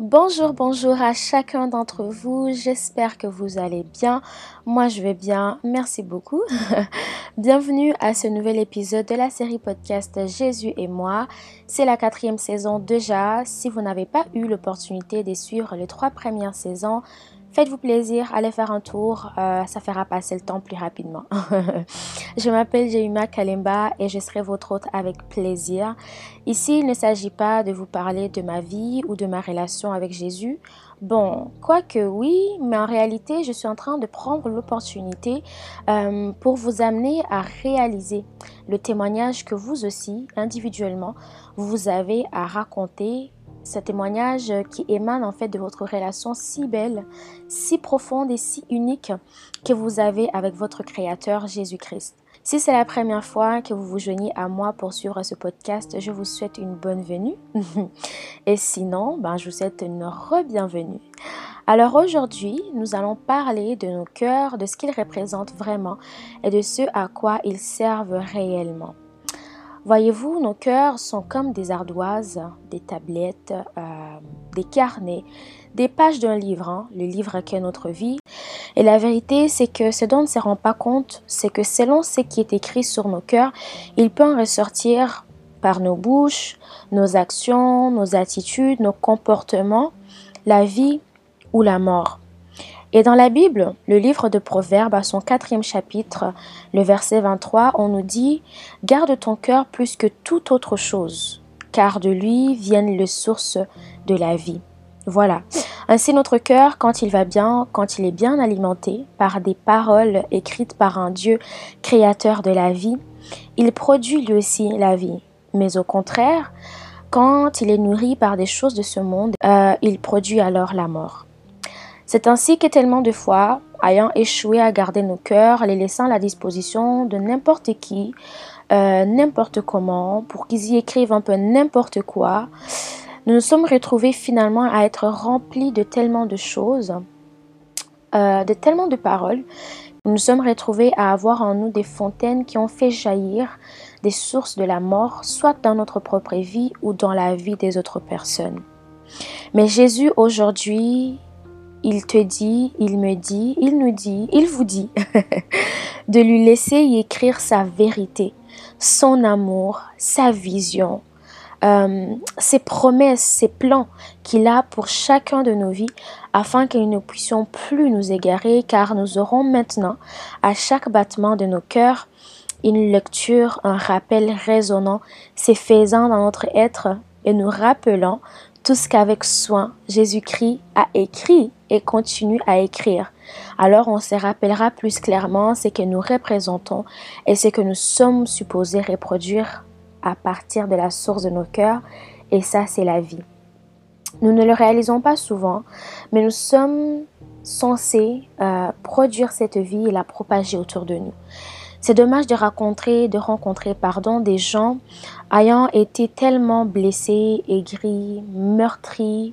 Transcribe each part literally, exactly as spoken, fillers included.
Bonjour, bonjour à chacun d'entre vous. J'espère que vous allez bien. Moi, je vais bien. Merci beaucoup. Bienvenue à ce nouvel épisode de la série podcast Jésus et moi. C'est la quatrième saison déjà. Si vous n'avez pas eu l'opportunité de suivre les trois premières saisons, faites-vous plaisir, allez faire un tour. Euh, ça fera passer le temps plus rapidement. Je m'appelle Jeima Kalemba et je serai votre hôte avec plaisir. Ici, il ne s'agit pas de vous parler de ma vie ou de ma relation avec Jésus. Bon, quoique oui, mais en réalité, je suis en train de prendre l'opportunité euh, pour vous amener à réaliser le témoignage que vous aussi, individuellement, vous avez à raconter. Ce témoignage qui émane en fait de votre relation si belle, si profonde et si unique que vous avez avec votre Créateur Jésus-Christ. Si c'est la première fois que vous vous joignez à moi pour suivre ce podcast, je vous souhaite une bonne venue. Et sinon, ben, je vous souhaite une re-bienvenue. Alors aujourd'hui, nous allons parler de nos cœurs, de ce qu'ils représentent vraiment et de ce à quoi ils servent réellement. Voyez-vous, nos cœurs sont comme des ardoises, des tablettes, euh, des carnets, des pages d'un livre, hein, le livre qu'est notre vie. Et la vérité, c'est que ce dont on ne se rend pas compte, c'est que selon ce qui est écrit sur nos cœurs, il peut en ressortir par nos bouches, nos actions, nos attitudes, nos comportements, la vie ou la mort. Et dans la Bible, le livre de Proverbes, à son quatrième chapitre, le verset vingt-trois, on nous dit « Garde ton cœur plus que toute autre chose, car de lui viennent les sources de la vie. » Voilà. Ainsi, notre cœur, quand il va bien, quand il est bien alimenté par des paroles écrites par un Dieu créateur de la vie, il produit lui aussi la vie. Mais au contraire, quand il est nourri par des choses de ce monde, euh, il produit alors la mort. C'est ainsi que tellement de fois, ayant échoué à garder nos cœurs, les laissant à la disposition de n'importe qui, euh, n'importe comment, pour qu'ils y écrivent un peu n'importe quoi, nous nous sommes retrouvés finalement à être remplis de tellement de choses, euh, de tellement de paroles. Nous nous sommes retrouvés à avoir en nous des fontaines qui ont fait jaillir des sources de la mort, soit dans notre propre vie ou dans la vie des autres personnes. Mais Jésus aujourd'hui, il te dit, il me dit, il nous dit, il vous dit de lui laisser y écrire sa vérité, son amour, sa vision, euh, ses promesses, ses plans qu'il a pour chacun de nos vies afin que nous ne puissions plus nous égarer car nous aurons maintenant à chaque battement de nos cœurs une lecture, un rappel résonnant, s'effaçant dans notre être et nous rappelant tout ce qu'avec soin Jésus-Christ a écrit et continue à écrire. Alors on se rappellera plus clairement ce que nous représentons et ce que nous sommes supposés reproduire à partir de la source de nos cœurs, et ça c'est la vie. Nous ne le réalisons pas souvent, mais nous sommes censés euh, produire cette vie et la propager autour de nous. C'est dommage de rencontrer, de rencontrer pardon, des gens ayant été tellement blessés, aigris, meurtris,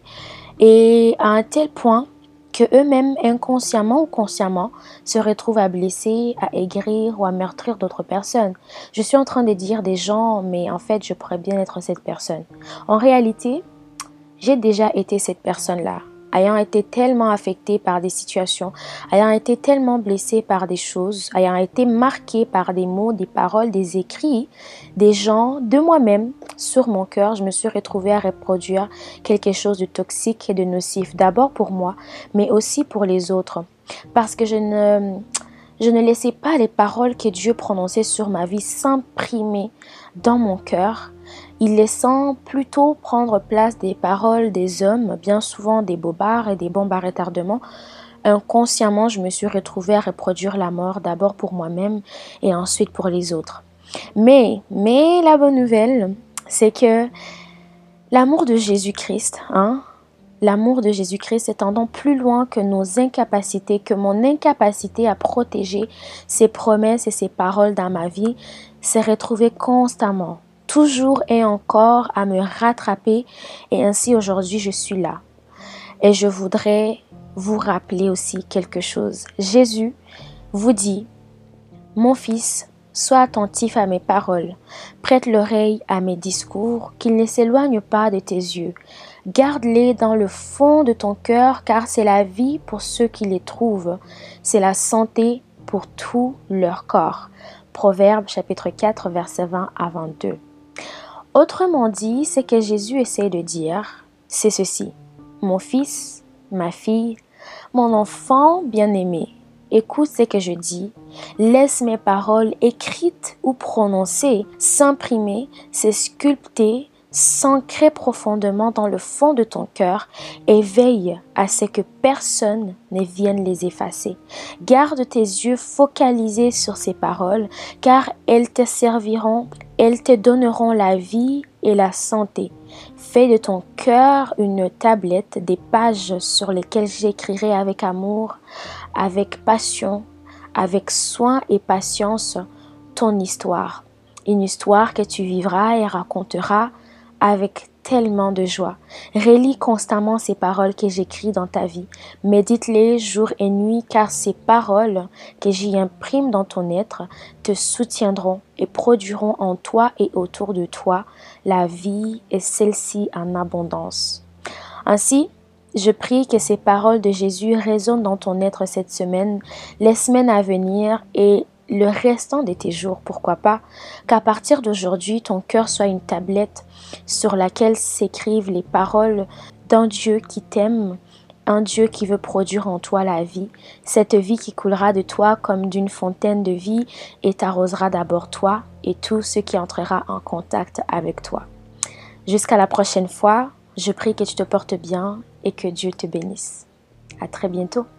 et à un tel point que eux-mêmes, inconsciemment ou consciemment, se retrouvent à blesser, à aigrir ou à meurtrir d'autres personnes. Je suis en train de dire des gens, mais en fait, je pourrais bien être cette personne. En réalité, j'ai déjà été cette personne-là, ayant été tellement affectée par des situations, ayant été tellement blessée par des choses, ayant été marquée par des mots, des paroles, des écrits, des gens, de moi-même, sur mon cœur, je me suis retrouvée à reproduire quelque chose de toxique et de nocif, d'abord pour moi, mais aussi pour les autres, parce que je ne, je ne laissais pas les paroles que Dieu prononçait sur ma vie s'imprimer dans mon cœur, il laissant plutôt prendre place des paroles des hommes, bien souvent des bobards et des bombes à retardement. Inconsciemment, je me suis retrouvée à reproduire la mort d'abord pour moi-même et ensuite pour les autres. Mais, mais la bonne nouvelle, c'est que l'amour de Jésus-Christ, hein, l'amour de Jésus-Christ étendant plus loin que nos incapacités, que mon incapacité à protéger ses promesses et ses paroles dans ma vie, s'est retrouvé constamment, toujours et encore à me rattraper, et ainsi aujourd'hui je suis là. Et je voudrais vous rappeler aussi quelque chose. Jésus vous dit, mon fils, sois attentif à mes paroles, prête l'oreille à mes discours, qu'ils ne s'éloignent pas de tes yeux. Garde-les dans le fond de ton cœur, car c'est la vie pour ceux qui les trouvent. C'est la santé pour tout leur corps. Proverbe chapitre quatre, versets vingt à vingt-deux. Autrement dit, c'est que Jésus essaie de dire, c'est ceci. Mon fils, ma fille, mon enfant bien-aimé, écoute ce que je dis, laisse mes paroles écrites ou prononcées s'imprimer, se sculpter, s'ancrer profondément dans le fond de ton cœur et veille à ce que personne ne vienne les effacer. Garde tes yeux focalisés sur ces paroles, car elles te serviront, elles te donneront la vie et la santé. Fais de ton cœur une tablette, des pages sur lesquelles j'écrirai avec amour, avec passion, avec soin et patience ton histoire. Une histoire que tu vivras et raconteras avec tellement de joie. Relis constamment ces paroles que j'écris dans ta vie. Médite-les jour et nuit, car ces paroles que j'y imprime dans ton être te soutiendront et produiront en toi et autour de toi la vie et celle-ci en abondance. Ainsi, je prie que ces paroles de Jésus résonnent dans ton être cette semaine, les semaines à venir et le restant de tes jours, pourquoi pas, qu'à partir d'aujourd'hui, ton cœur soit une tablette sur laquelle s'écrivent les paroles d'un Dieu qui t'aime, un Dieu qui veut produire en toi la vie, cette vie qui coulera de toi comme d'une fontaine de vie et t'arrosera d'abord toi et tout ce qui entrera en contact avec toi. Jusqu'à la prochaine fois, je prie que tu te portes bien et que Dieu te bénisse. À très bientôt.